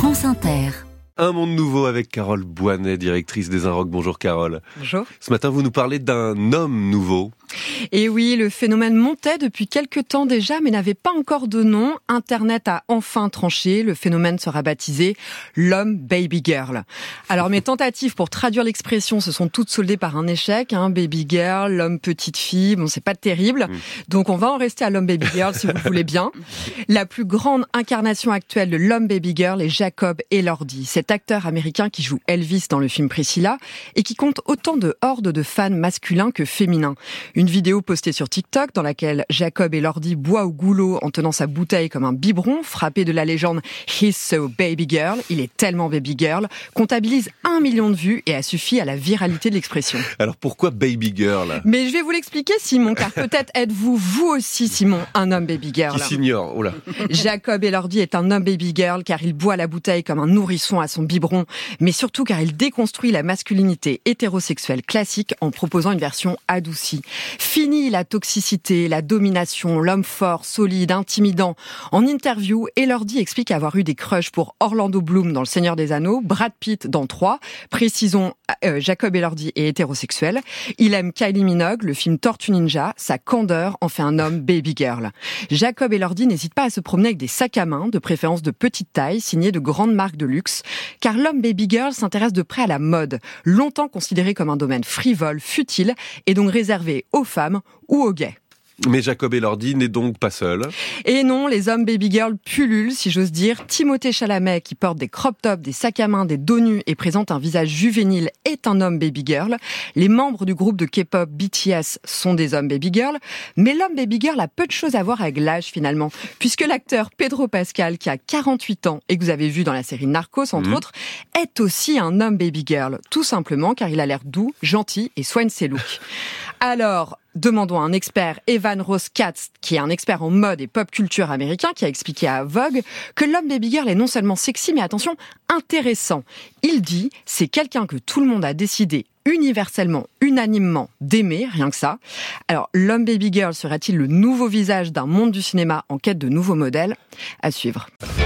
France Inter. Un monde nouveau avec Carole Boinet, directrice des Inrocks. Bonjour Carole. Bonjour. Ce matin, vous nous parlez d'un homme nouveau. Et oui, le phénomène montait depuis quelques temps déjà, mais n'avait pas encore de nom. Internet a enfin tranché. Le phénomène sera baptisé l'homme baby girl. Alors mes tentatives pour traduire l'expression se sont toutes soldées par un échec. Baby girl, l'homme petite fille, bon c'est pas terrible. Donc on va en rester à l'homme baby girl si vous le voulez bien. La plus grande incarnation actuelle de l'homme baby girl est Jacob Elordi, cet acteur américain qui joue Elvis dans le film Priscilla et qui compte autant de hordes de fans masculins que féminins. Une vidéo postée sur TikTok dans laquelle Jacob Elordi boit au goulot en tenant sa bouteille comme un biberon, frappé de la légende « He's so baby girl », il est tellement baby girl, comptabilise 1 million de vues et a suffi à la viralité de l'expression. Alors pourquoi baby girl ? Mais je vais vous l'expliquer Simon, car peut-être êtes-vous vous aussi Simon un homme baby girl. Qui s'ignore, oh là. Jacob Elordi est un homme baby girl car il boit la bouteille comme un nourrisson à son biberon, mais surtout car il déconstruit la masculinité hétérosexuelle classique en proposant une version adoucie. Fini la toxicité, la domination, l'homme fort, solide, intimidant. En interview, Elordi explique avoir eu des crushs pour Orlando Bloom dans Le Seigneur des Anneaux, Brad Pitt dans 3. Précisons, Jacob Elordi est hétérosexuel. Il aime Kylie Minogue, le film Tortue Ninja. Sa candeur en fait un homme baby girl. Jacob Elordi n'hésite pas à se promener avec des sacs à main, de préférence de petite taille, signés de grandes marques de luxe. Car l'homme baby girl s'intéresse de près à la mode, longtemps considéré comme un domaine frivole, futile, et donc réservé aux femmes ou aux gays. Mais Jacob Elordi n'est donc pas seul. Et non, les hommes baby girl pullulent, si j'ose dire. Timothée Chalamet, qui porte des crop tops, des sacs à main, des dos nus et présente un visage juvénile, est un homme baby girl. Les membres du groupe de K-pop BTS sont des hommes baby girl. Mais l'homme baby girl a peu de choses à voir avec l'âge finalement, puisque l'acteur Pedro Pascal, qui a 48 ans et que vous avez vu dans la série Narcos entre autres, est aussi un homme baby girl. Tout simplement car il a l'air doux, gentil et soigne ses looks. Alors, demandons à un expert, Evan Ross Katz, qui est un expert en mode et pop culture américain, qui a expliqué à Vogue que l'homme baby girl est non seulement sexy, mais attention, intéressant. Il dit, c'est quelqu'un que tout le monde a décidé universellement, unanimement d'aimer, rien que ça. Alors, l'homme baby girl serait-il le nouveau visage d'un monde du cinéma en quête de nouveaux modèles ? À suivre.